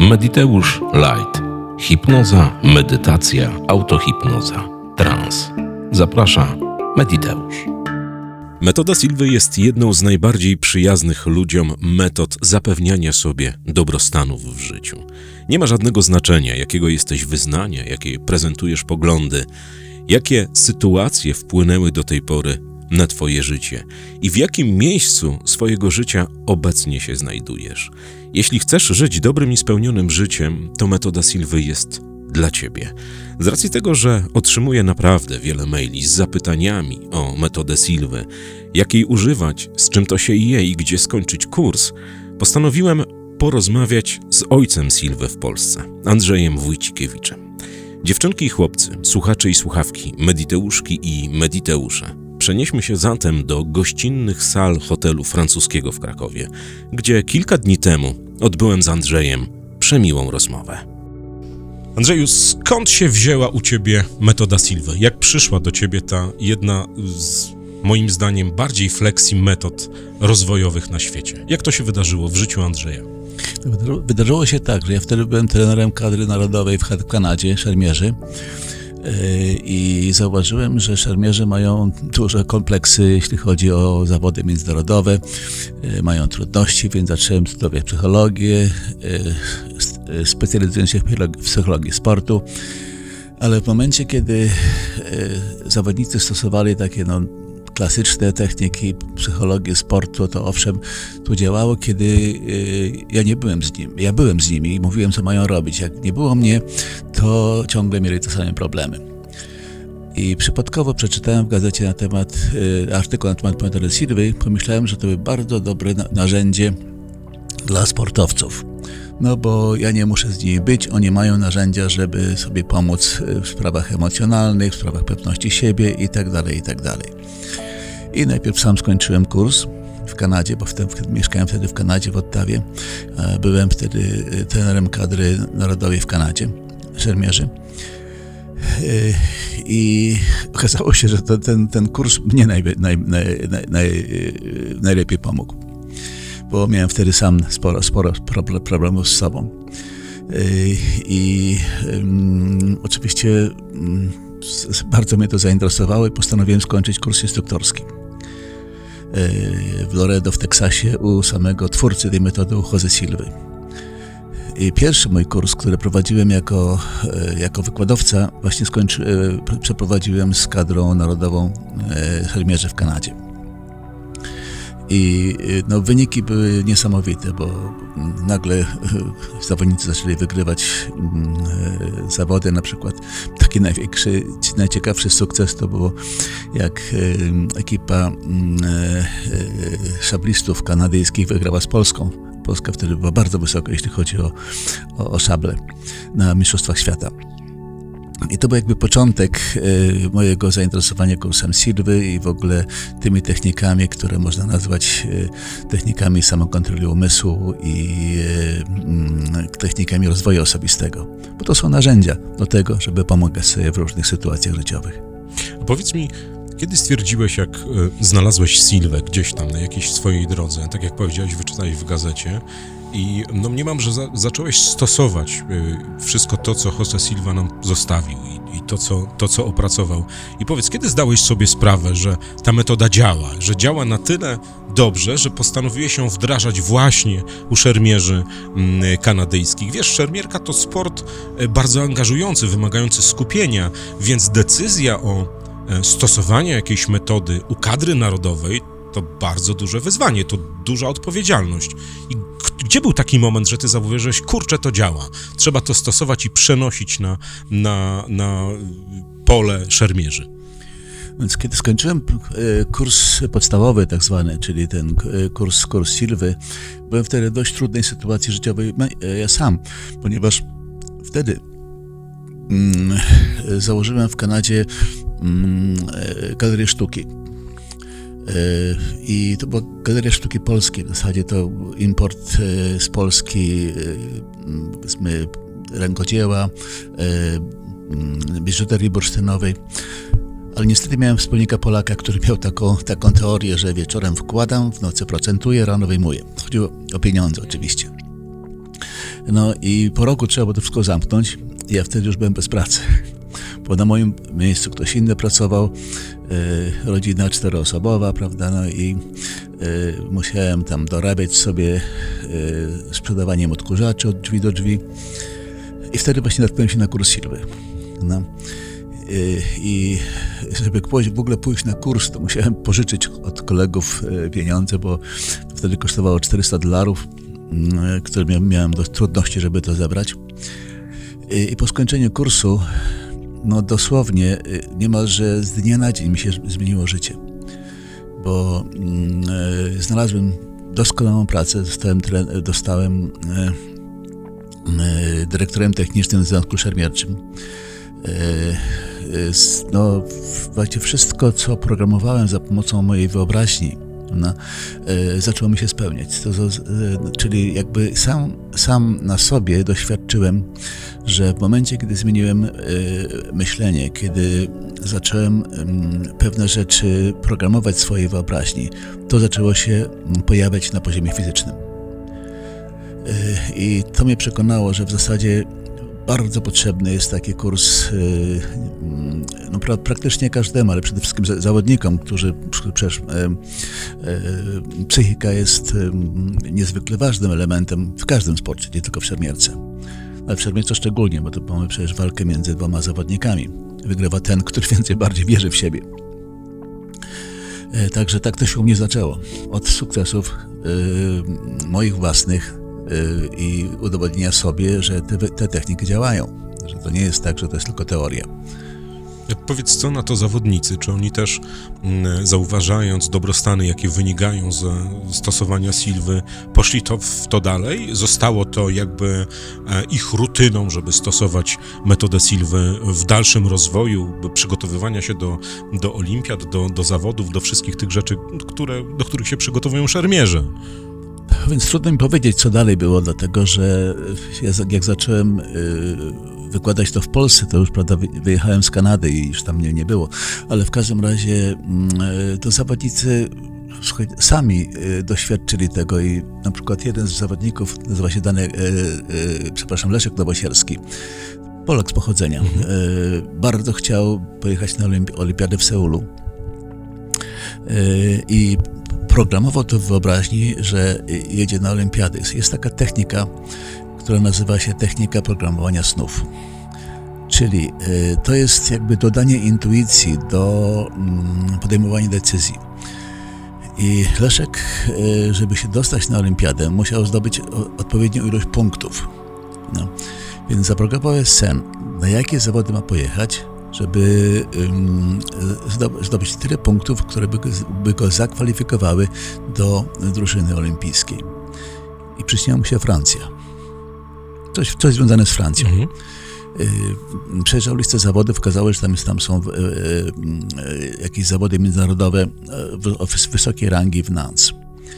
Mediteusz Light. Hipnoza, medytacja, autohipnoza, trans. Zaprasza Mediteusz. Metoda Silwy jest jedną z najbardziej przyjaznych ludziom metod zapewniania sobie dobrostanów w życiu. Nie ma żadnego znaczenia, jakiego jesteś wyznania, jakie prezentujesz poglądy, jakie sytuacje wpłynęły do tej pory na twoje życie i w jakim miejscu swojego życia obecnie się znajdujesz. Jeśli chcesz żyć dobrym i spełnionym życiem, to metoda Silwy jest dla ciebie. Z racji tego, że otrzymuję naprawdę wiele maili z zapytaniami o metodę Silwy, jak jej używać, z czym to się je i gdzie skończyć kurs, postanowiłem porozmawiać z ojcem Silwy w Polsce, Andrzejem Wójcikiewiczem. Dziewczynki i chłopcy, słuchacze i słuchawki, mediteuszki i mediteusze, przenieśmy się zatem do gościnnych sal hotelu francuskiego w Krakowie, gdzie kilka dni temu odbyłem z Andrzejem przemiłą rozmowę. Andrzeju, skąd się wzięła u ciebie metoda Silwy? Jak przyszła do ciebie ta jedna z, moim zdaniem, bardziej flexi metod rozwojowych na świecie? Jak to się wydarzyło w życiu Andrzeja? Wydarzyło się tak, że ja wtedy byłem trenerem kadry narodowej w Kanadzie, szermierzy, i zauważyłem, że szermierze mają duże kompleksy, jeśli chodzi o zawody międzynarodowe, mają trudności, więc zacząłem studiować psychologię, specjalizując się w psychologii sportu, ale w momencie, kiedy zawodnicy stosowali takie klasyczne techniki psychologii sportu, to owszem, to działało, kiedy ja nie byłem z nimi. Ja byłem z nimi i mówiłem, co mają robić. Jak nie było mnie, to ciągle mieli te same problemy. I przypadkowo przeczytałem w gazecie artykuł na temat metody Silwy. Pomyślałem, że to by bardzo dobre narzędzie dla sportowców. No bo ja nie muszę z nimi być, oni mają narzędzia, żeby sobie pomóc w sprawach emocjonalnych, w sprawach pewności siebie i tak dalej, i tak dalej. I najpierw sam skończyłem kurs w Kanadzie, bo mieszkałem wtedy w Kanadzie, w Ottawie. Byłem wtedy trenerem kadry narodowej w Kanadzie, szermierzy. I okazało się, że ten kurs mnie najlepiej pomógł, bo miałem wtedy sam sporo problemów z sobą. Oczywiście bardzo mnie to zainteresowało i postanowiłem skończyć kurs instruktorski w Laredo w Teksasie u samego twórcy tej metody, u Jose Silwy. I pierwszy mój kurs, który prowadziłem jako wykładowca, właśnie przeprowadziłem z kadrą narodową szermierzy w Kanadzie. I wyniki były niesamowite, bo nagle zawodnicy zaczęli wygrywać zawody. Na przykład taki najciekawszy sukces to było, jak ekipa szablistów kanadyjskich wygrała z Polską. Polska wtedy była bardzo wysoko, jeśli chodzi o szable na Mistrzostwach Świata. I to był jakby początek mojego zainteresowania kursem Silwy i w ogóle tymi technikami, które można nazwać technikami samokontroli umysłu i technikami rozwoju osobistego. Bo to są narzędzia do tego, żeby pomagać sobie w różnych sytuacjach życiowych. Powiedz mi, kiedy stwierdziłeś, jak znalazłeś Silwę gdzieś tam na jakiejś swojej drodze, tak jak powiedziałeś, wyczytałeś w gazecie, i mniemam, że zacząłeś stosować wszystko to, co Jose Silva nam zostawił i to, co opracował. I powiedz, kiedy zdałeś sobie sprawę, że ta metoda działa, że działa na tyle dobrze, że postanowiłeś ją wdrażać właśnie u szermierzy kanadyjskich. Wiesz, szermierka to sport bardzo angażujący, wymagający skupienia, więc decyzja o stosowaniu jakiejś metody u kadry narodowej to bardzo duże wyzwanie, to duża odpowiedzialność. I gdzie był taki moment, że ty zauważyłeś, kurczę, to działa, trzeba to stosować i przenosić na pole szermierzy? Więc kiedy skończyłem kurs podstawowy tak zwany, czyli ten kurs Silwy, byłem wtedy w dość trudnej sytuacji życiowej ja sam, ponieważ wtedy założyłem w Kanadzie galerię sztuki. I to była galeria sztuki polskiej. W zasadzie to import z Polski, powiedzmy, rękodzieła, biżuterii bursztynowej. Ale niestety miałem wspólnika Polaka, który miał taką teorię, że wieczorem wkładam, w nocy procentuję, rano wyjmuję. Chodziło o pieniądze oczywiście. No i po roku trzeba było to wszystko zamknąć i ja wtedy już byłem bez pracy. Bo na moim miejscu ktoś inny pracował, rodzina 4-osobowa, prawda, no i musiałem tam dorabiać sobie sprzedawaniem odkurzaczy od drzwi do drzwi i wtedy właśnie natknąłem się na kurs Silwy. No. I żeby w ogóle pójść na kurs, to musiałem pożyczyć od kolegów pieniądze, bo wtedy kosztowało $400, które miałem dość trudności, żeby to zebrać. I po skończeniu kursu, no dosłownie niemalże z dnia na dzień mi się zmieniło życie, bo znalazłem doskonałą pracę, dostałem dyrektorem technicznym w Związku Szermierczym. No, właściwie wszystko, co programowałem za pomocą mojej wyobraźni, no, zaczęło mi się spełniać. Czyli jakby sam na sobie doświadczyłem, że w momencie, kiedy zmieniłem myślenie, kiedy zacząłem pewne rzeczy programować w swojej wyobraźni, to zaczęło się pojawiać na poziomie fizycznym. I to mnie przekonało, że w zasadzie bardzo potrzebny jest taki kurs no, praktycznie każdemu, ale przede wszystkim zawodnikom, którzy przecież psychika jest niezwykle ważnym elementem w każdym sporcie, nie tylko w szermierce. Ale w szermierce szczególnie, bo to mamy przecież walkę między dwoma zawodnikami. Wygrywa ten, który bardziej wierzy w siebie. Także tak to się u mnie zaczęło. Od sukcesów moich własnych i udowodnienia sobie, że te techniki działają, że to nie jest tak, że to jest tylko teoria. Powiedz, co na to zawodnicy? Czy oni też, zauważając dobrostany, jakie wynikają ze stosowania Silwy, poszli w to dalej? Zostało to jakby ich rutyną, żeby stosować metodę Silwy w dalszym rozwoju, przygotowywania się do olimpiad, do zawodów, do wszystkich tych rzeczy, do których się przygotowują szermierze? Więc trudno mi powiedzieć, co dalej było, dlatego że jak zacząłem wykładać to w Polsce, to już prawda, wyjechałem z Kanady i już tam mnie nie było, ale w każdym razie to zawodnicy sami doświadczyli tego i na przykład jeden z zawodników nazywa się Leszek Nowosierski, Polak z pochodzenia. Bardzo chciał pojechać na olimpiadę w Seulu i programował to w wyobraźni, że jedzie na olimpiady. Jest taka technika, która nazywa się technika programowania snów. Czyli to jest jakby dodanie intuicji do podejmowania decyzji. I Leszek, żeby się dostać na olimpiadę, musiał zdobyć odpowiednią ilość punktów. No. Więc zaprogramował sen, na jakie zawody ma pojechać, żeby zdobyć tyle punktów, które by go zakwalifikowały do drużyny olimpijskiej. I przyśniła mu się Francja. Coś związane z Francją. Przejrzał listę zawodów, okazało się, że tam są jakieś zawody międzynarodowe wysokiej rangi w Nantes.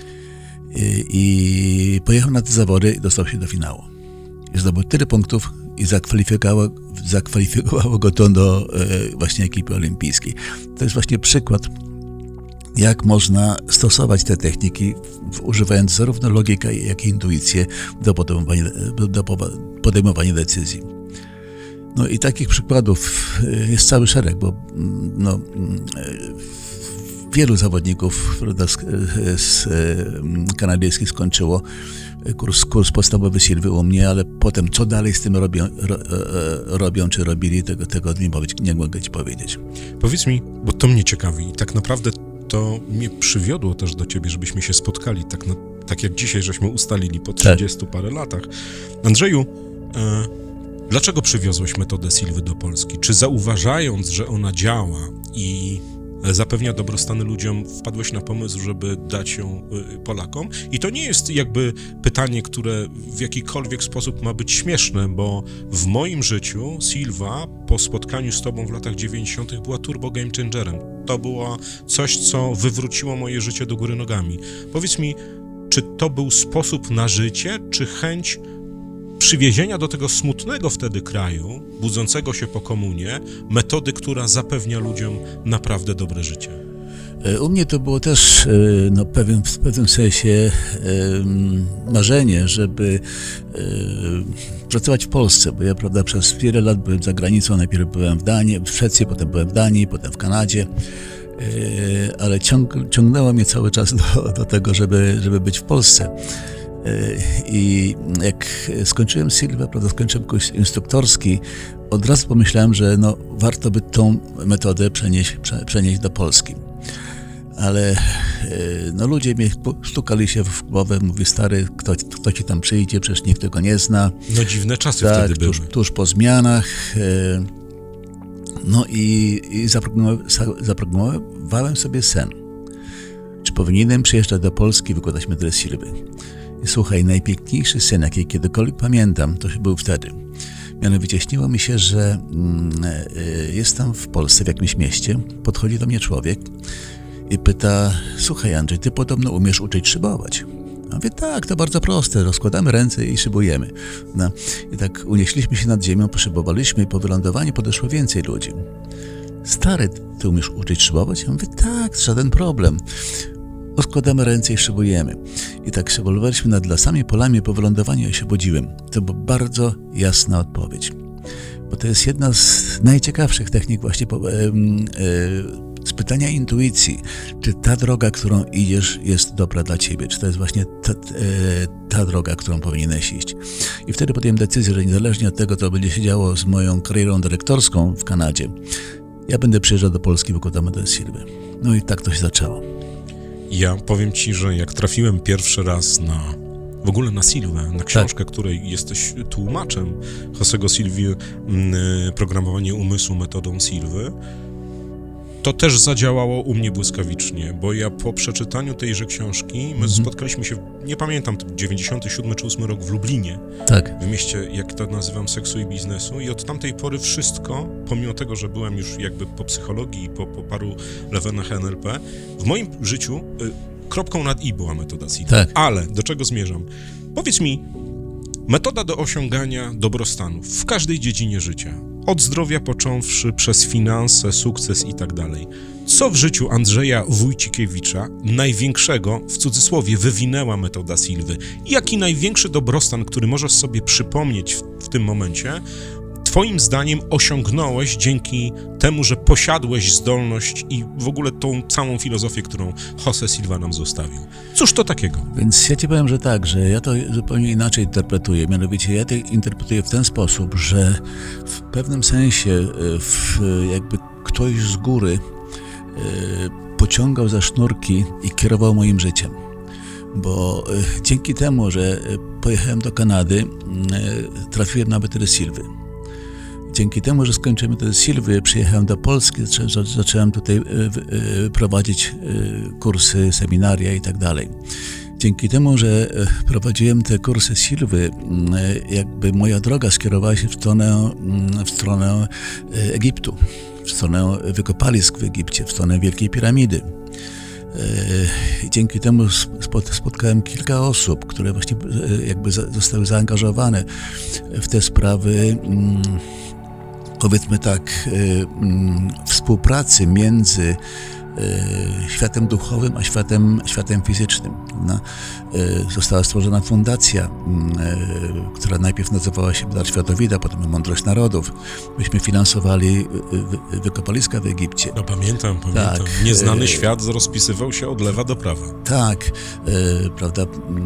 I pojechał na te zawody i dostał się do finału. I zdobył tyle punktów i zakwalifikowało go to do właśnie ekipy olimpijskiej. To jest właśnie przykład, jak można stosować te techniki, używając zarówno logikę, jak i intuicję do podejmowania decyzji. No i takich przykładów jest cały szereg, bo no, wielu zawodników z kanadyjskich skończyło kurs podstawowy Silwy u mnie, ale potem co dalej z tym robią czy robili, tego nie mogę ci powiedzieć. Powiedz mi, bo to mnie ciekawi i tak naprawdę to mnie przywiodło też do ciebie, żebyśmy się spotkali, tak jak dzisiaj żeśmy ustalili po 30 parę latach. Andrzeju, dlaczego przywiozłeś metodę Silwy do Polski? Czy zauważając, że ona działa i zapewnia dobrostany ludziom, wpadłeś na pomysł, żeby dać ją Polakom? I to nie jest jakby pytanie, które w jakikolwiek sposób ma być śmieszne, bo w moim życiu Silva po spotkaniu z tobą w latach 90. była turbo game changerem. To było coś, co wywróciło moje życie do góry nogami. Powiedz mi, czy to był sposób na życie, czy chęć przywiezienia do tego smutnego wtedy kraju, budzącego się po komunie, metody, która zapewnia ludziom naprawdę dobre życie? U mnie to było też w pewnym sensie marzenie, żeby pracować w Polsce, bo ja, prawda, przez wiele lat byłem za granicą, najpierw byłem w Szwecji, potem byłem w Danii, potem w Kanadzie, ale ciągnęło mnie cały czas do tego, żeby być w Polsce. I jak skończyłem Silvę, prawda, skończyłem kurs instruktorski, od razu pomyślałem, że warto by tą metodę przenieść do Polski. Ale ludzie mnie stukali się w głowę, mówi: stary, kto ci tam przyjdzie, przecież nikt tego nie zna. No dziwne czasy tak, wtedy były. Tuż po zmianach. I zaprogramowałem sobie sen. Czy powinienem przyjeżdżać do Polski i wykładać metodę Silwy? I słuchaj, najpiękniejszy sen, jaki kiedykolwiek pamiętam, to był wtedy. Mianowicie śniło mi się, że jestem w Polsce, w jakimś mieście, podchodzi do mnie człowiek i pyta: słuchaj, Andrzej, ty podobno umiesz uczyć szybować. A mówię: tak, to bardzo proste, rozkładamy ręce i szybujemy. I tak unieśliśmy się nad ziemią, poszybowaliśmy i po wylądowaniu podeszło więcej ludzi. Stary, ty umiesz uczyć szybować? Ja mówię: tak, żaden problem. Rozkładamy ręce i szybujemy. I tak szybowaliśmy nad lasami, polami, po wylądowaniu ja się budziłem. To była bardzo jasna odpowiedź. Bo to jest jedna z najciekawszych technik właśnie z pytania intuicji. Czy ta droga, którą idziesz, jest dobra dla ciebie? Czy to jest właśnie ta droga, którą powinieneś iść? I wtedy podjąłem decyzję, że niezależnie od tego, co będzie się działo z moją karierą dyrektorską w Kanadzie, ja będę przyjeżdżał do Polski, wykładał metodę Silwy. No i tak to się zaczęło. Ja powiem ci, że jak trafiłem pierwszy raz w ogóle na Silvę, na książkę, której jesteś tłumaczem, Josego Silvi, Programowanie umysłu metodą Silwy, to też zadziałało u mnie błyskawicznie, bo ja po przeczytaniu tejże książki, my spotkaliśmy się, nie pamiętam, 97 czy 8 rok w Lublinie, tak, w mieście, jak to nazywam, seksu i biznesu, i od tamtej pory wszystko, pomimo tego, że byłem już jakby po psychologii, po paru levelach NLP, w moim życiu kropką nad i była metoda Silva. tak. Ale do czego zmierzam? Powiedz mi, metoda do osiągania dobrostanu w każdej dziedzinie życia, od zdrowia począwszy, przez finanse, sukces i tak dalej. Co w życiu Andrzeja Wójcikiewicza największego, w cudzysłowie, wywinęła metoda Silwy? Jaki największy dobrostan, który możesz sobie przypomnieć w tym momencie, twoim zdaniem osiągnąłeś dzięki temu, że posiadłeś zdolność i w ogóle tą całą filozofię, którą José Silva nam zostawił? Cóż to takiego? Więc ja ci powiem, że tak, że ja to zupełnie inaczej interpretuję. Mianowicie ja to interpretuję w ten sposób, że w pewnym sensie jakby ktoś z góry pociągał za sznurki i kierował moim życiem. Bo dzięki temu, że pojechałem do Kanady, trafiłem na metodę Silwy. Dzięki temu, że skończyłem metodę Silwy, przyjechałem do Polski, zacząłem tutaj prowadzić kursy, seminaria i tak dalej. Dzięki temu, że prowadziłem te kursy Silwy, jakby moja droga skierowała się w stronę Egiptu, w stronę wykopalisk w Egipcie, w stronę Wielkiej Piramidy. Dzięki temu spotkałem kilka osób, które właśnie jakby zostały zaangażowane w te sprawy, powiedzmy tak, współpracy między światem duchowym a światem fizycznym. Została stworzona fundacja, która najpierw nazywała się Dar Światowida, potem Mądrość Narodów. Myśmy finansowali wykopaliska w Egipcie. No pamiętam. Tak. Nieznany świat rozpisywał się od lewa do prawa. Tak, prawda.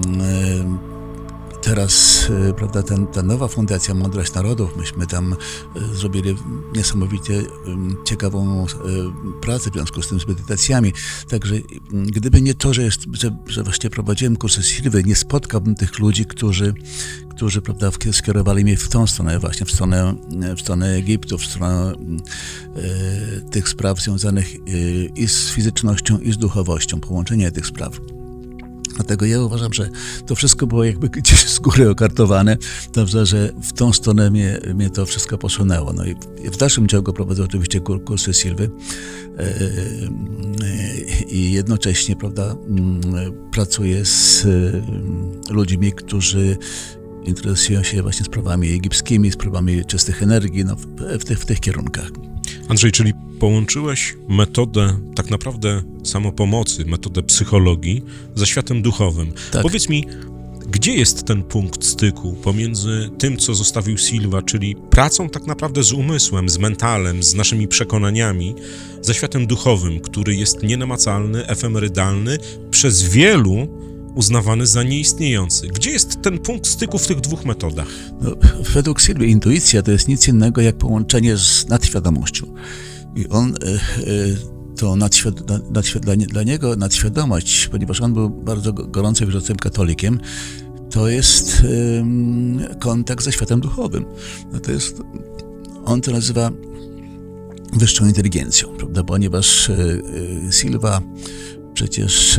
Teraz, prawda, ta nowa fundacja Mądrość Narodów, myśmy tam zrobili niesamowicie ciekawą pracę w związku z tym, z medytacjami. Także gdyby nie to, że właśnie prowadziłem kursy Silwy, nie spotkałbym tych ludzi, którzy prawda, skierowali mnie w tą stronę właśnie, w stronę Egiptu, w stronę tych spraw związanych i z fizycznością, i z duchowością, połączenie tych spraw. Dlatego ja uważam, że to wszystko było jakby gdzieś z góry okartowane, dobrze, że w tą stronę mnie to wszystko posunęło. No i w dalszym ciągu prowadzę oczywiście kursy Silwy i jednocześnie, prawda, pracuję z ludźmi, którzy interesują się właśnie sprawami egipskimi, sprawami czystych energii, no, w tych kierunkach. Andrzej, czyli połączyłeś metodę tak naprawdę samopomocy, metodę psychologii ze światem duchowym. Tak. Powiedz mi, gdzie jest ten punkt styku pomiędzy tym, co zostawił Silva, czyli pracą tak naprawdę z umysłem, z mentalem, z naszymi przekonaniami, ze światem duchowym, który jest nienamacalny, efemerydalny, przez wielu uznawany za nieistniejący. Gdzie jest ten punkt styku w tych dwóch metodach? No, według Silvy intuicja to jest nic innego jak połączenie z nadświadomością. I on, dla niego nadświadomość, ponieważ on był bardzo gorąco wierzącym katolikiem, to jest kontakt ze światem duchowym. No to jest, on to nazywa wyższą inteligencją, prawda? Ponieważ Silva przecież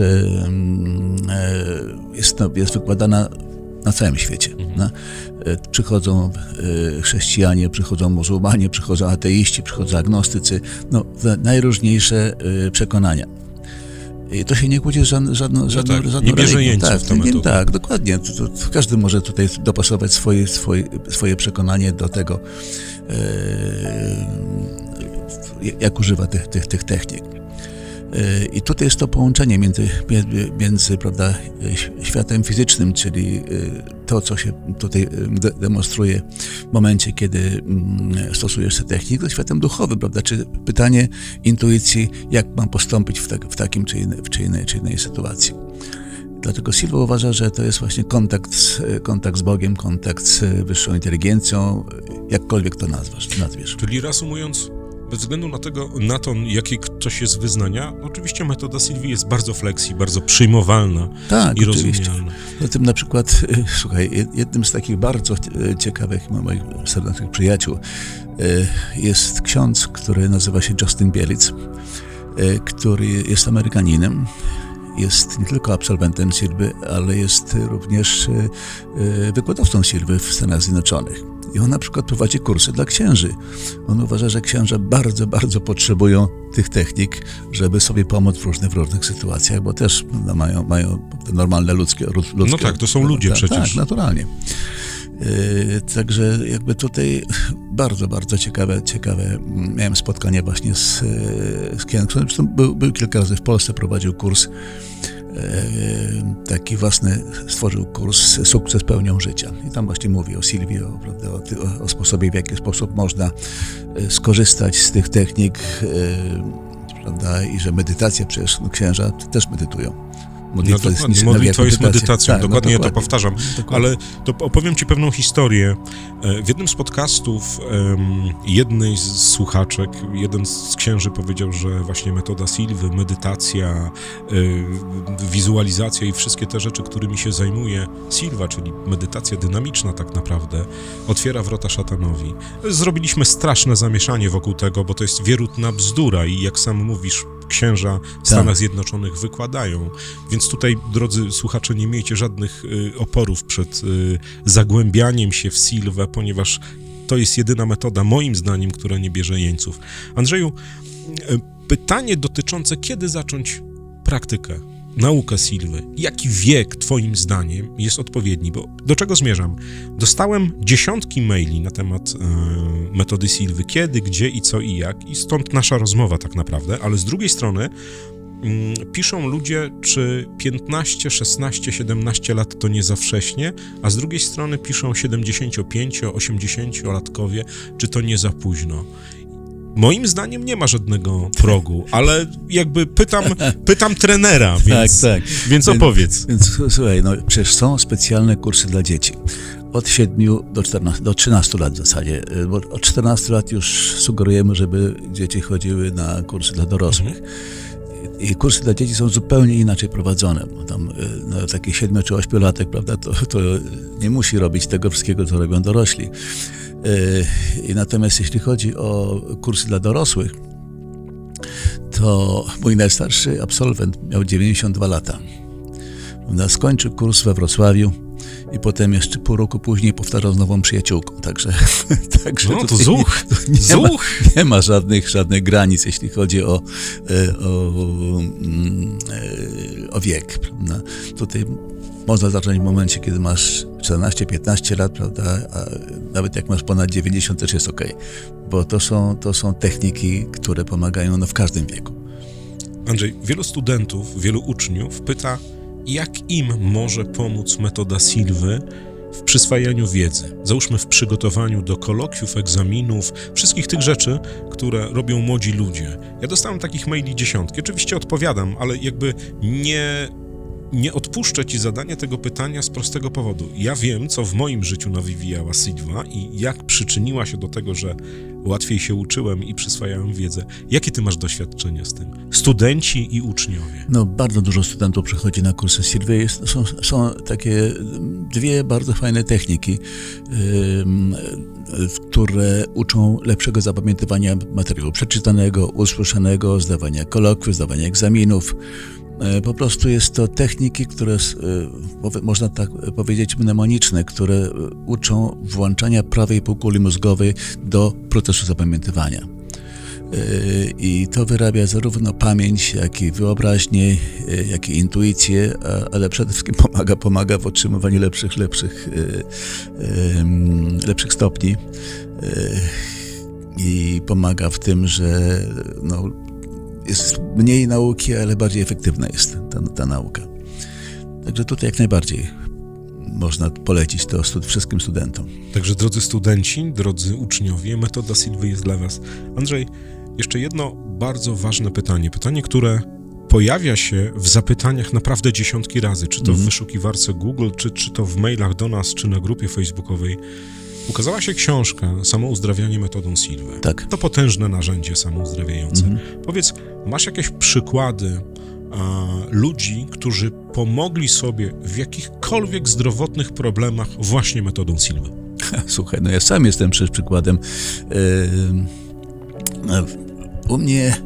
jest wykładana na całym świecie. No? Przychodzą chrześcijanie, przychodzą muzułmanie, przychodzą ateiści, przychodzą agnostycy, no, najróżniejsze przekonania. I to się nie kłóci z żadną nie bierze jeńców tak, w tę metodę. Tak, dokładnie. To każdy może tutaj dopasować swoje przekonanie do tego, jak używa tych technik. I tutaj jest to połączenie między prawda, światem fizycznym, czyli to, co się tutaj demonstruje w momencie, kiedy stosujesz te techniki, ze światem duchowym, prawda? Czy pytanie intuicji, jak mam postąpić w takim czy innej sytuacji. Dlatego Silva uważa, że to jest właśnie kontakt z Bogiem, kontakt z wyższą inteligencją, jakkolwiek to nazwiesz. Czyli reasumując, bez względu na to, jaki ktoś jest wyznania, oczywiście metoda Silvii jest bardzo bardzo przyjmowalna i rozumialna. Zatem na przykład, słuchaj, jednym z takich bardzo ciekawych moich serdecznych przyjaciół jest ksiądz, który nazywa się Justin Bielitz, który jest Amerykaninem. Jest nie tylko absolwentem Silwy, ale jest również wykładowcą Silwy w Stanach Zjednoczonych. I on na przykład prowadzi kursy dla księży. On uważa, że księża bardzo, bardzo potrzebują tych technik, żeby sobie pomóc w różnych sytuacjach, bo też mają te normalne ludzkie... No tak, to są ludzie przecież. Tak, naturalnie. Także jakby tutaj bardzo, bardzo ciekawe. Miałem spotkanie właśnie z księdzem. Zresztą był kilka razy w Polsce, prowadził kurs taki własny, stworzył kurs Sukces pełnią życia. I tam właśnie mówi o Silvii, o sposobie, w jaki sposób można skorzystać z tych technik, prawda? I że medytacja, przecież księża też medytują. Modlitwa jest medytacją, tak, dokładnie ja to powtarzam. Ale to opowiem Ci pewną historię. W jednym z podcastów jednej z słuchaczek, jeden z księży powiedział, że właśnie metoda Silwy, medytacja, wizualizacja i wszystkie te rzeczy, którymi się zajmuje Silva, czyli medytacja dynamiczna tak naprawdę, otwiera wrota szatanowi. Zrobiliśmy straszne zamieszanie wokół tego, bo to jest wierutna bzdura i jak sam mówisz, księża w Stanach Zjednoczonych wykładają. Więc tutaj, drodzy słuchacze, nie miejcie żadnych oporów przed zagłębianiem się w Silwę, ponieważ to jest jedyna metoda, moim zdaniem, która nie bierze jeńców. Andrzeju, pytanie dotyczące, kiedy zacząć praktykę, naukę Silwy. Jaki wiek, twoim zdaniem, jest odpowiedni? Bo do czego zmierzam? Dostałem dziesiątki maili na temat metody Silwy. Kiedy, gdzie i co i jak. I stąd nasza rozmowa tak naprawdę. Ale z drugiej strony piszą ludzie, czy 15, 16, 17 lat to nie za wcześnie, a z drugiej strony piszą 75, 80-latkowie, czy to nie za późno. Moim zdaniem nie ma żadnego progu, ale jakby pytam trenera, więc opowiedz. Więc słuchaj, no przecież są specjalne kursy dla dzieci. Od 7 do 13 lat w zasadzie, bo od 14 lat już sugerujemy, żeby dzieci chodziły na kursy dla dorosłych. I kursy dla dzieci są zupełnie inaczej prowadzone. Bo tam taki 7 czy 8-latek, prawda, to nie musi robić tego wszystkiego, co robią dorośli. Natomiast jeśli chodzi o kursy dla dorosłych, to mój najstarszy absolwent miał 92 lata. Skończył kurs we Wrocławiu i potem jeszcze pół roku później powtarzał z nową przyjaciółką. Także no to zuch! Nie ma żadnych granic, jeśli chodzi o wiek. Prawda? Tutaj można zacząć w momencie, kiedy masz 14-15 lat, prawda? nawet jak masz ponad 90, też jest okej, bo to są techniki, które pomagają w każdym wieku. Andrzej, wielu studentów, wielu uczniów pyta, jak im może pomóc metoda Silwy w przyswajaniu wiedzy. Załóżmy w przygotowaniu do kolokwiów, egzaminów, wszystkich tych rzeczy, które robią młodzi ludzie. Ja dostałem takich maili dziesiątki. Oczywiście odpowiadam, ale jakby nie odpuszczę ci zadania tego pytania z prostego powodu. Ja wiem, co w moim życiu nawijała Silva i jak przyczyniła się do tego, że łatwiej się uczyłem i przyswajałem wiedzę. Jakie ty masz doświadczenie z tym? Studenci i uczniowie. No, bardzo dużo studentów przychodzi na kursy Silwy. Są takie dwie bardzo fajne techniki, które uczą lepszego zapamiętywania materiału przeczytanego, usłyszanego, zdawania kolokwiów, zdawania egzaminów. Po prostu jest to techniki, które, można tak powiedzieć, mnemoniczne, które uczą włączania prawej półkuli mózgowej do procesu zapamiętywania. I to wyrabia zarówno pamięć, jak i wyobraźnię, jak i intuicję, ale przede wszystkim pomaga w otrzymywaniu lepszych stopni i pomaga w tym, że jest mniej nauki, ale bardziej efektywna jest ta nauka. Także tutaj jak najbardziej można polecić to wszystkim studentom. Także drodzy studenci, drodzy uczniowie, metoda Silwy jest dla was. Andrzej, jeszcze jedno bardzo ważne pytanie. Pytanie, które pojawia się w zapytaniach naprawdę dziesiątki razy, czy to w wyszukiwarce Google, czy to w mailach do nas, czy na grupie facebookowej. Ukazała się książka Samouzdrawianie metodą Silwy. Tak. To potężne narzędzie samouzdrawiające. Powiedz, masz jakieś przykłady ludzi, którzy pomogli sobie w jakichkolwiek zdrowotnych problemach właśnie metodą Silwy? Słuchaj, ja sam jestem przykładem. U mnie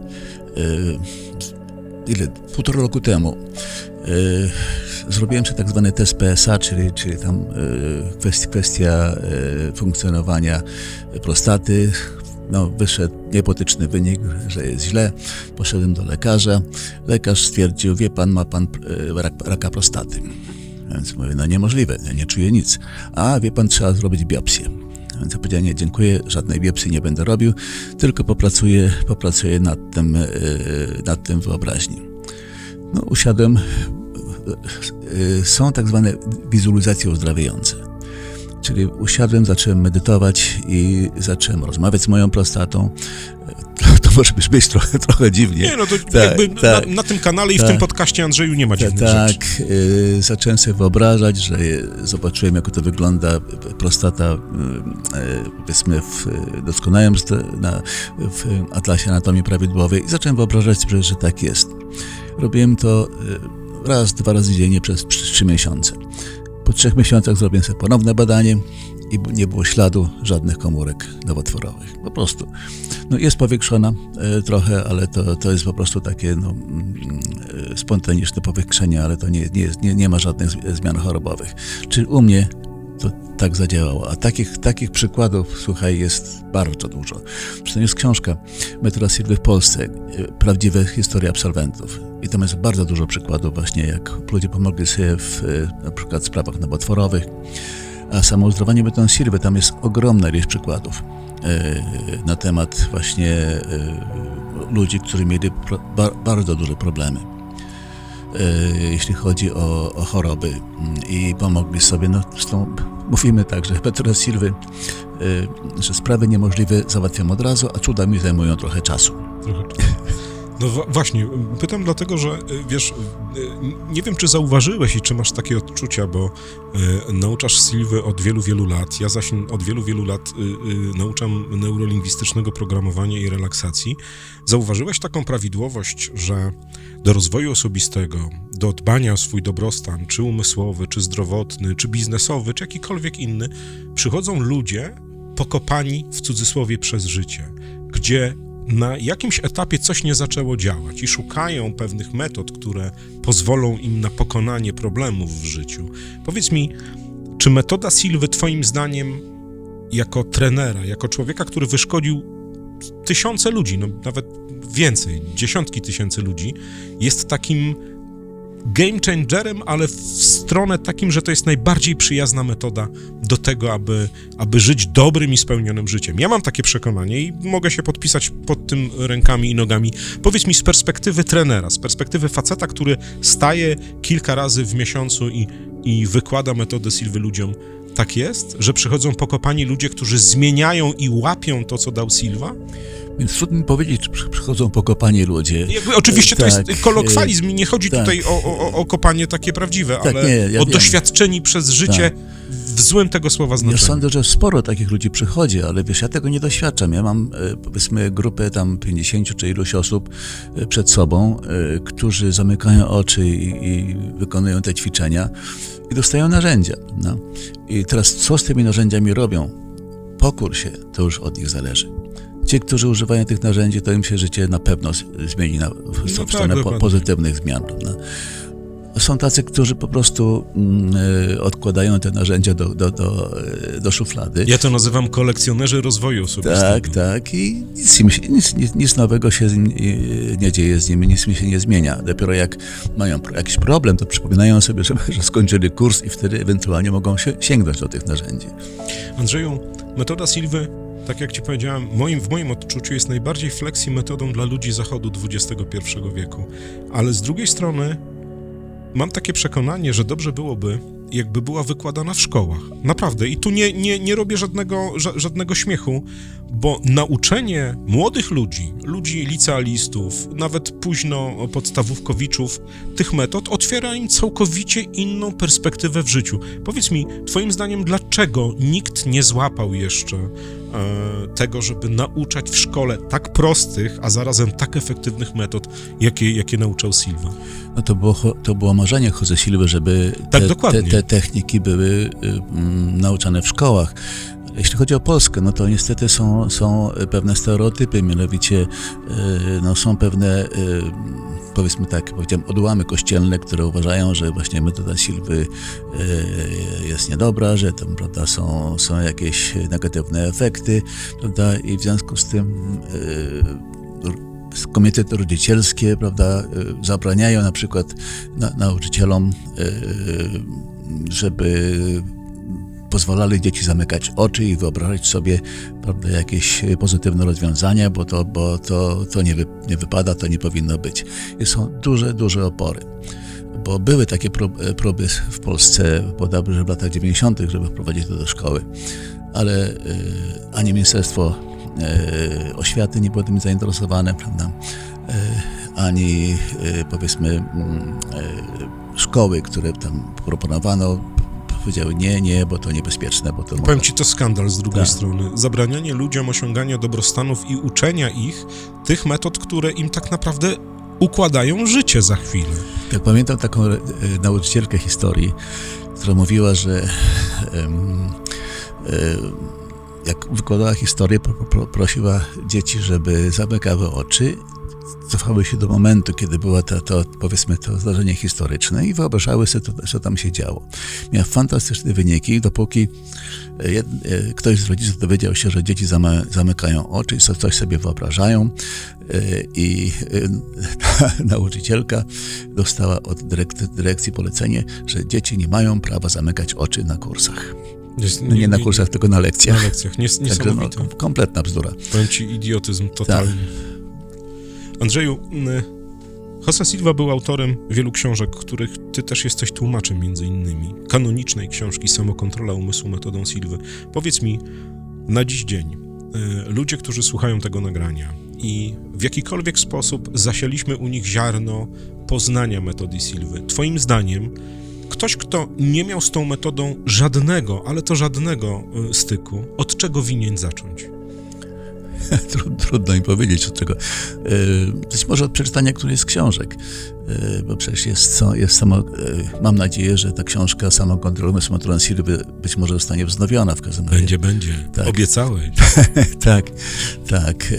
1,5 roku temu zrobiłem sobie tak zwany test PSA, czyli tam kwestia funkcjonowania prostaty. Wyszedł niepotyczny wynik, że jest źle. Poszedłem do lekarza. Lekarz stwierdził, wie pan, ma pan raka prostaty. Więc mówię, niemożliwe, ja nie czuję nic. A wie pan, trzeba zrobić biopsję. Więc ja powiedziałem, nie, dziękuję, żadnej biopsji nie będę robił, tylko popracuję nad tym wyobraźni. Usiadłem. Są tak zwane wizualizacje uzdrawiające. Czyli usiadłem, zacząłem medytować i zacząłem rozmawiać z moją prostatą. To może być trochę dziwnie. Nie, to na tym kanale i w tym podcaście, Andrzeju, nie ma dziwnych rzeczy. Tak, zacząłem sobie wyobrażać, że zobaczyłem, jak to wygląda prostata, powiedzmy, w doskonałym w atlasie anatomii prawidłowej i zacząłem wyobrażać, że tak jest. Robiłem to raz, 2 razy dziennie przez 3 miesiące. Po 3 miesiącach zrobiłem sobie ponowne badanie i nie było śladu żadnych komórek nowotworowych. Po prostu. Jest powiększona trochę, ale to jest po prostu takie spontaniczne powiększenie, ale to nie ma żadnych zmian chorobowych. Czyli u mnie to tak zadziałało. A takich przykładów, słuchaj, jest bardzo dużo. Zresztą jest książka Metoda Silwy w Polsce, prawdziwe historie absolwentów. I tam jest bardzo dużo przykładów właśnie, jak ludzie pomogli sobie w na przykład sprawach nowotworowych. A samouzdrowienie metodą Silwy, tam jest ogromna ilość przykładów na temat właśnie ludzi, którzy mieli bardzo duże problemy, jeśli chodzi o choroby i pomogli sobie. Zresztą mówimy tak, że metoda Silwy, że sprawy niemożliwe załatwiam od razu, a cuda mi zajmują trochę czasu. Właśnie, pytam dlatego, że wiesz, nie wiem, czy zauważyłeś i czy masz takie odczucia, bo nauczasz Silwy od wielu, wielu lat. Ja zaś od wielu, wielu lat nauczam neurolingwistycznego programowania i relaksacji. Zauważyłeś taką prawidłowość, że do rozwoju osobistego, do dbania o swój dobrostan, czy umysłowy, czy zdrowotny, czy biznesowy, czy jakikolwiek inny, przychodzą ludzie pokopani w cudzysłowie przez życie, gdzie na jakimś etapie coś nie zaczęło działać i szukają pewnych metod, które pozwolą im na pokonanie problemów w życiu. Powiedz mi, czy metoda Silwy twoim zdaniem jako trenera, jako człowieka, który wyszkolił tysiące ludzi, nawet więcej, dziesiątki tysięcy ludzi, jest takim game changerem, ale w stronę takim, że to jest najbardziej przyjazna metoda do tego, aby żyć dobrym i spełnionym życiem. Ja mam takie przekonanie i mogę się podpisać pod tym rękami i nogami. Powiedz mi z perspektywy trenera, z perspektywy faceta, który staje kilka razy w miesiącu i wykłada metodę Silwy ludziom. Tak jest, że przychodzą pokopani ludzie, którzy zmieniają i łapią to, co dał Silva? Więc trudno mi powiedzieć, czy przychodzą pokopani ludzie. Jakby, oczywiście to Tak, jest kolokwalizm, nie chodzi tak. tutaj o kopanie takie prawdziwe, Tak, ale nie, ja o wiem. doświadczeni przez życie w złym tego słowa Ja znaczeniu. sądzę, że sporo takich ludzi przychodzi, ale wiesz, ja tego nie doświadczam. Ja mam, powiedzmy, grupę tam 50 czy iluś osób przed sobą, którzy zamykają oczy i wykonują te ćwiczenia i dostają narzędzia. No. I teraz co z tymi narzędziami robią po kursie, to już od nich zależy. Ci, którzy używają tych narzędzi, to im się życie na pewno zmieni w tak, stronę dokładnie. pozytywnych zmian. No. Są tacy, którzy po prostu odkładają te narzędzia do szuflady. Ja to nazywam kolekcjonerzy rozwoju osobistego. Tak. I nic nowego się nie dzieje z nimi, nic mi się nie zmienia. Dopiero jak mają jakiś problem, to przypominają sobie, że skończyli kurs i wtedy ewentualnie mogą sięgnąć do tych narzędzi. Andrzeju, metoda Silwy, tak jak ci powiedziałem, w moim odczuciu jest najbardziej flexi metodą dla ludzi zachodu XXI wieku. Ale z drugiej strony mam takie przekonanie, że dobrze byłoby, jakby była wykładana w szkołach. Naprawdę. I tu nie robię żadnego śmiechu, bo nauczenie młodych ludzi licealistów, nawet późno podstawówkowiczów, tych metod otwiera im całkowicie inną perspektywę w życiu. Powiedz mi, twoim zdaniem, dlaczego nikt nie złapał jeszcze tego, żeby nauczać w szkole tak prostych, a zarazem tak efektywnych metod, jakie nauczał Silva? No to było marzenie Jose Silva, żeby te techniki były nauczane w szkołach. Jeśli chodzi o Polskę, no to niestety są pewne stereotypy, mianowicie są pewne, powiedzmy tak, jak powiedziałem, odłamy kościelne, które uważają, że właśnie metoda Silwy jest niedobra, że tam, prawda, są jakieś negatywne efekty, prawda, i w związku z tym komitety rodzicielskie, prawda, zabraniają na przykład nauczycielom, żeby pozwalali dzieci zamykać oczy i wyobrażać sobie, prawda, jakieś pozytywne rozwiązania, bo to nie wypada, to nie powinno być. I są duże opory. Bo były takie próby w Polsce, bodajże w latach 90., żeby wprowadzić to do szkoły, ale ani Ministerstwo Oświaty nie było tym zainteresowane, prawda, ani powiedzmy szkoły, które tam proponowano, powiedziały nie, bo to niebezpieczne, bo to... Powiem ci, to skandal z drugiej Tak. strony. Zabranianie ludziom osiągania dobrostanów i uczenia ich tych metod, które im tak naprawdę układają życie za chwilę. Jak pamiętam taką nauczycielkę historii, która mówiła, że jak wykładała historię, prosiła dzieci, żeby zamykały oczy, cofały się do momentu, kiedy było powiedzmy to zdarzenie historyczne i wyobrażały sobie, co tam się działo. Miała fantastyczne wyniki, dopóki ktoś z rodziców dowiedział się, że dzieci zamykają oczy i coś sobie wyobrażają, i nauczycielka dostała od dyrekcji polecenie, że dzieci nie mają prawa zamykać oczy na kursach. Nie na kursach, tylko na lekcjach. Na lekcjach. Niesamowite. Także kompletna bzdura. Powiem ci, idiotyzm totalny. Andrzeju, Jose Silva był autorem wielu książek, których ty też jesteś tłumaczem, między innymi. Kanonicznej książki Samokontrola umysłu metodą Silwy. Powiedz mi, na dziś dzień, ludzie, którzy słuchają tego nagrania i w jakikolwiek sposób zasialiśmy u nich ziarno poznania metody Silwy, twoim zdaniem, ktoś, kto nie miał z tą metodą żadnego, ale to żadnego styku, od czego winien zacząć? Trudno mi powiedzieć od czego. Być może od przeczytania którejś z książek, bo przecież mam nadzieję, że ta książka Samokontrola umysłu metodą Silwy być może zostanie wznowiona w każdym razie. Będzie. Tak. Obiecałeś. Tak.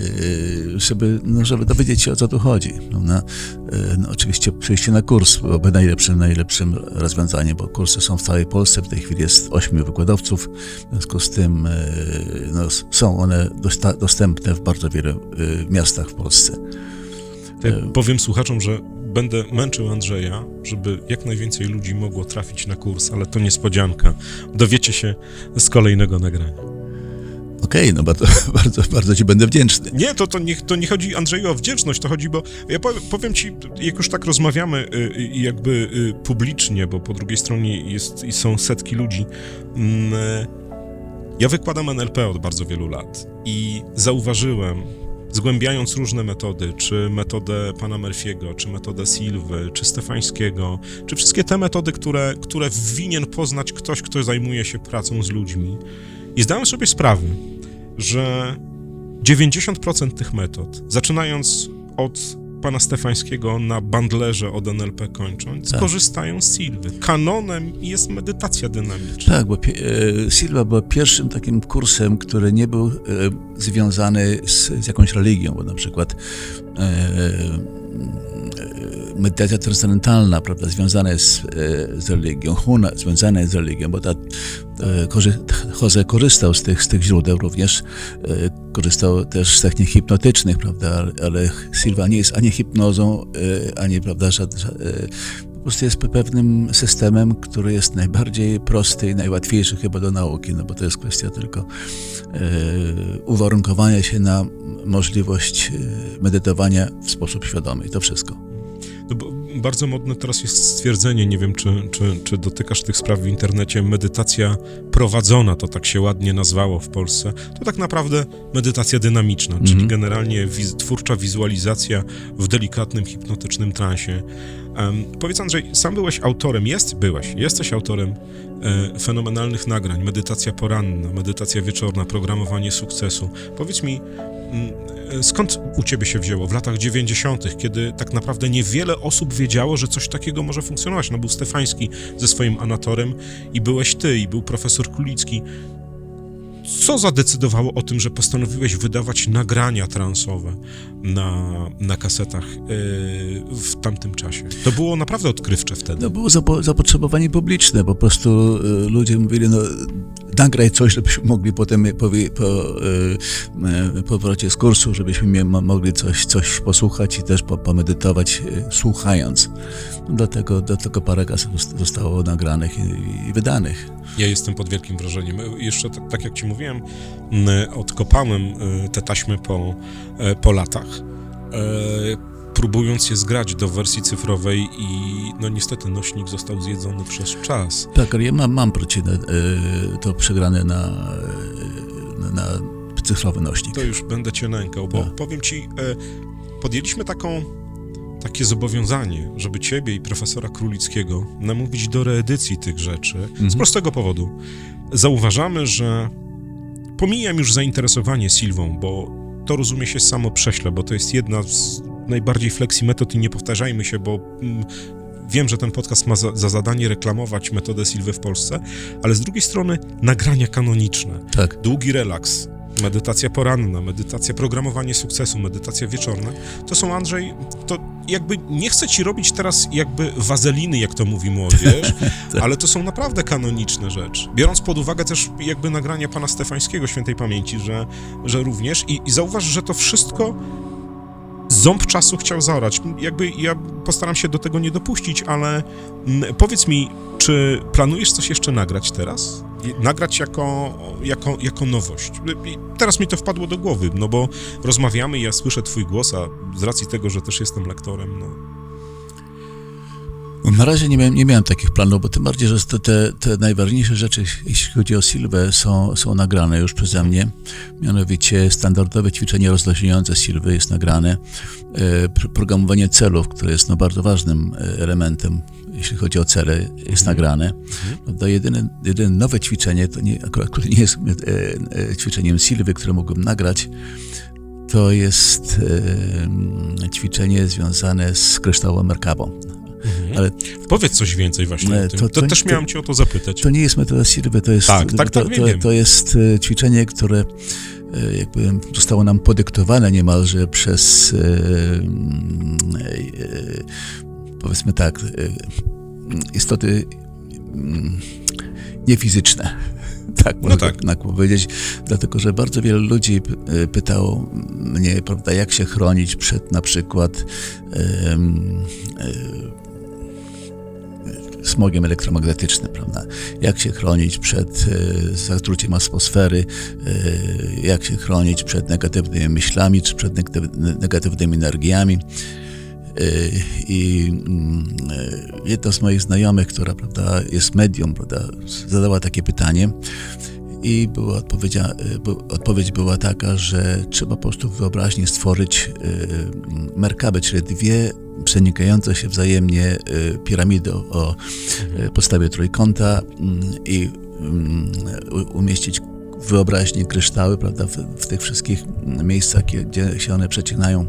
Żeby dowiedzieć się, o co tu chodzi. Oczywiście przyjście na kurs byłoby najlepszym rozwiązaniem, bo kursy są w całej Polsce. W tej chwili jest 8 wykładowców. W związku z tym są one dostępne w bardzo wielu miastach w Polsce. Powiem słuchaczom, że będę męczył Andrzeja, żeby jak najwięcej ludzi mogło trafić na kurs, ale to niespodzianka. Dowiecie się z kolejnego nagrania. Okej, no bardzo, bardzo, bardzo ci będę wdzięczny. Nie, to nie chodzi, Andrzeju, o wdzięczność, to chodzi, bo ja powiem ci, jak już tak rozmawiamy jakby publicznie, bo po drugiej stronie są setki ludzi, ja wykładam NLP od bardzo wielu lat i zauważyłem, zgłębiając różne metody, czy metodę pana Murphy'ego, czy metodę Silwy, czy Stefańskiego, czy wszystkie te metody, które winien poznać ktoś, kto zajmuje się pracą z ludźmi. I zdałem sobie sprawę, że 90% tych metod, zaczynając od pana Stefańskiego na Bandlerze od NLP kończąc, korzystają z Silwy. Kanonem jest medytacja dynamiczna. Tak, bo Silva była pierwszym takim kursem, który nie był związany z jakąś religią, bo na przykład medytacja transcendentalna, prawda, związana jest z religią, Huna związana jest z religią, bo Jose korzystał z tych źródeł również, korzystał też z technik hipnotycznych, prawda, ale Silva nie jest ani hipnozą, ani, prawda, po prostu jest pewnym systemem, który jest najbardziej prosty i najłatwiejszy chyba do nauki, no bo to jest kwestia tylko uwarunkowania się na możliwość medytowania w sposób świadomy i to wszystko. No bo bardzo modne teraz jest stwierdzenie, nie wiem, czy dotykasz tych spraw w internecie, medytacja prowadzona, to tak się ładnie nazwało w Polsce, to tak naprawdę medytacja dynamiczna, czyli generalnie twórcza wizualizacja w delikatnym, hipnotycznym transie. Powiedz, Andrzej, sam byłeś autorem, jesteś autorem fenomenalnych nagrań, medytacja poranna, medytacja wieczorna, programowanie sukcesu. Powiedz mi, skąd u ciebie się wzięło w latach 90., kiedy tak naprawdę niewiele osób wiedziało, że coś takiego może funkcjonować? No był Stefański ze swoim Anatorem i byłeś ty, i był profesor Królicki. Co zadecydowało o tym, że postanowiłeś wydawać nagrania transowe na kasetach w tamtym czasie? To było naprawdę odkrywcze wtedy. No było zapotrzebowanie publiczne, po prostu ludzie mówili, no nagraj coś, żebyśmy mogli potem po powrocie z kursu, żebyśmy mogli coś posłuchać i też pomedytować słuchając. Dlatego parę kaset zostało nagranych i wydanych. Ja jestem pod wielkim wrażeniem. Jeszcze, tak jak ci mówiłem, odkopałem te taśmy po latach, próbując je zgrać do wersji cyfrowej i no niestety nośnik został zjedzony przez czas. Tak, ale ja mam to przegrane na cyfrowy nośnik. To już będę cię nękał, bo powiem ci, podjęliśmy takie zobowiązanie, żeby ciebie i profesora Królickiego namówić do reedycji tych rzeczy z prostego powodu. Zauważamy, że pomijam już zainteresowanie Silwą, bo to rozumie się samo prześle, bo to jest jedna z najbardziej flexi metod i nie powtarzajmy się, bo wiem, że ten podcast ma za zadanie reklamować metodę Silwy w Polsce, ale z drugiej strony nagrania kanoniczne, długi relaks, medytacja poranna, medytacja programowanie sukcesu, medytacja wieczorna, to są, Andrzej, to jakby nie chcę ci robić teraz jakby wazeliny, jak to mówi młodzież, ale to są naprawdę kanoniczne rzeczy. Biorąc pod uwagę też jakby nagrania pana Stefańskiego świętej pamięci, że również i zauważ, że to wszystko ząb czasu chciał zaorać. Jakby ja postaram się do tego nie dopuścić, ale powiedz mi, czy planujesz coś jeszcze nagrać teraz? Nagrać jako nowość. Teraz mi to wpadło do głowy, no bo rozmawiamy i ja słyszę twój głos, a z racji tego, że też jestem lektorem, no. Na razie nie miałem takich planów, bo tym bardziej, że te najważniejsze rzeczy, jeśli chodzi o Silwę, są nagrane już przeze mnie. Mianowicie standardowe ćwiczenie rozluźniające Silwy jest nagrane. Programowanie celów, które jest bardzo ważnym elementem, jeśli chodzi o cele, jest nagrane. Jedyne nowe ćwiczenie, które nie jest ćwiczeniem Silwy, które mogłem nagrać, to jest ćwiczenie związane z kryształową Merkabą. Ale powiedz coś więcej właśnie o tym. To też miałem cię o to zapytać. To nie jest metoda Silwy, to jest, to jest ćwiczenie, które jakby zostało nam podyktowane niemalże przez powiedzmy tak, istoty niefizyczne. Tak, No mogę tak. tak powiedzieć, dlatego że bardzo wielu ludzi pytało mnie, prawda, jak się chronić przed na przykład smogiem elektromagnetycznym, prawda? Jak się chronić przed zatruciem atmosfery, jak się chronić przed negatywnymi myślami, czy przed negatywnymi energiami. I jedna z moich znajomych, która, prawda, jest medium, prawda, zadała takie pytanie i odpowiedź była taka, że trzeba po prostu w wyobraźni stworzyć merkaby, czyli dwie przenikające się wzajemnie piramidy o podstawie trójkąta i umieścić w wyobraźni kryształy, prawda, w tych wszystkich miejscach, gdzie się one przecinają.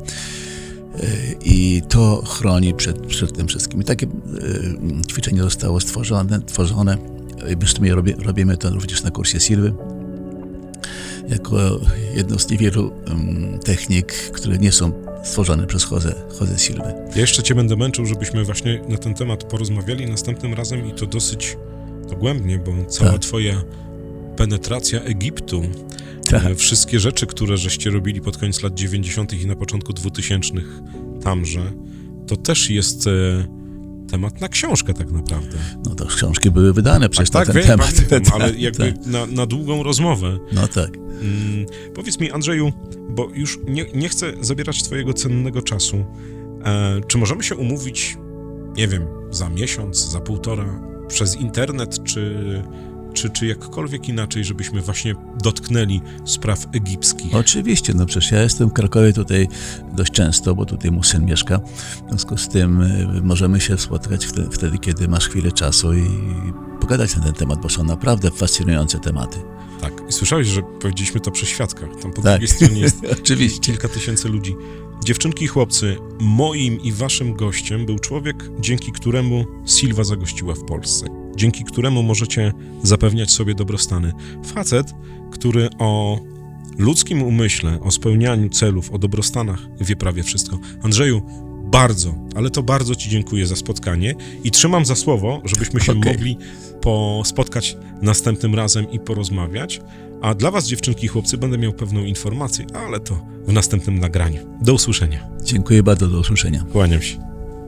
I to chroni przed tym wszystkim. I takie ćwiczenie zostało tworzone. Zresztą robimy to również na kursie Silwy. Jako jedną z niewielu technik, które nie są stworzone przez Jose Silvę. Ja jeszcze cię będę męczył, żebyśmy właśnie na ten temat porozmawiali następnym razem i to dosyć dogłębnie, bo cała twoja penetracja Egiptu, wszystkie rzeczy, które żeście robili pod koniec lat 90. i na początku 2000 tamże, to też jest temat na książkę tak naprawdę. No to książki były wydane przez na ten temat. Pamiętam, ale jakby na długą rozmowę. No tak. Powiedz mi, Andrzeju, bo już nie chcę zabierać twojego cennego czasu. Czy możemy się umówić, nie wiem, za miesiąc, za półtora, przez internet, czy jakkolwiek inaczej, żebyśmy właśnie dotknęli spraw egipskich? Oczywiście, no przecież ja jestem w Krakowie tutaj dość często, bo tutaj mój syn mieszka. W związku z tym możemy się spotkać wtedy, kiedy masz chwilę czasu i pogadać na ten temat, bo są naprawdę fascynujące tematy. Tak. I słyszałeś, że powiedzieliśmy to przy świadkach. Tam po drugiej stronie jest oczywiście kilka tysięcy ludzi. Dziewczynki i chłopcy, moim i waszym gościem był człowiek, dzięki któremu Silva zagościła w Polsce. Dzięki któremu możecie zapewniać sobie dobrostany. Facet, który o ludzkim umyśle, o spełnianiu celów, o dobrostanach wie prawie wszystko. Andrzeju, bardzo, ale to bardzo ci dziękuję za spotkanie i trzymam za słowo, żebyśmy się mogli spotkać następnym razem i porozmawiać. A dla was, dziewczynki i chłopcy, będę miał pewną informację, ale to w następnym nagraniu. Do usłyszenia. Dziękuję bardzo, do usłyszenia. Kłaniam się.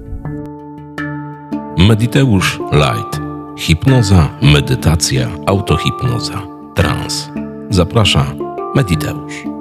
Mediteusz Light. Hipnoza, medytacja, autohipnoza, trans. Zaprasza Mediteusz.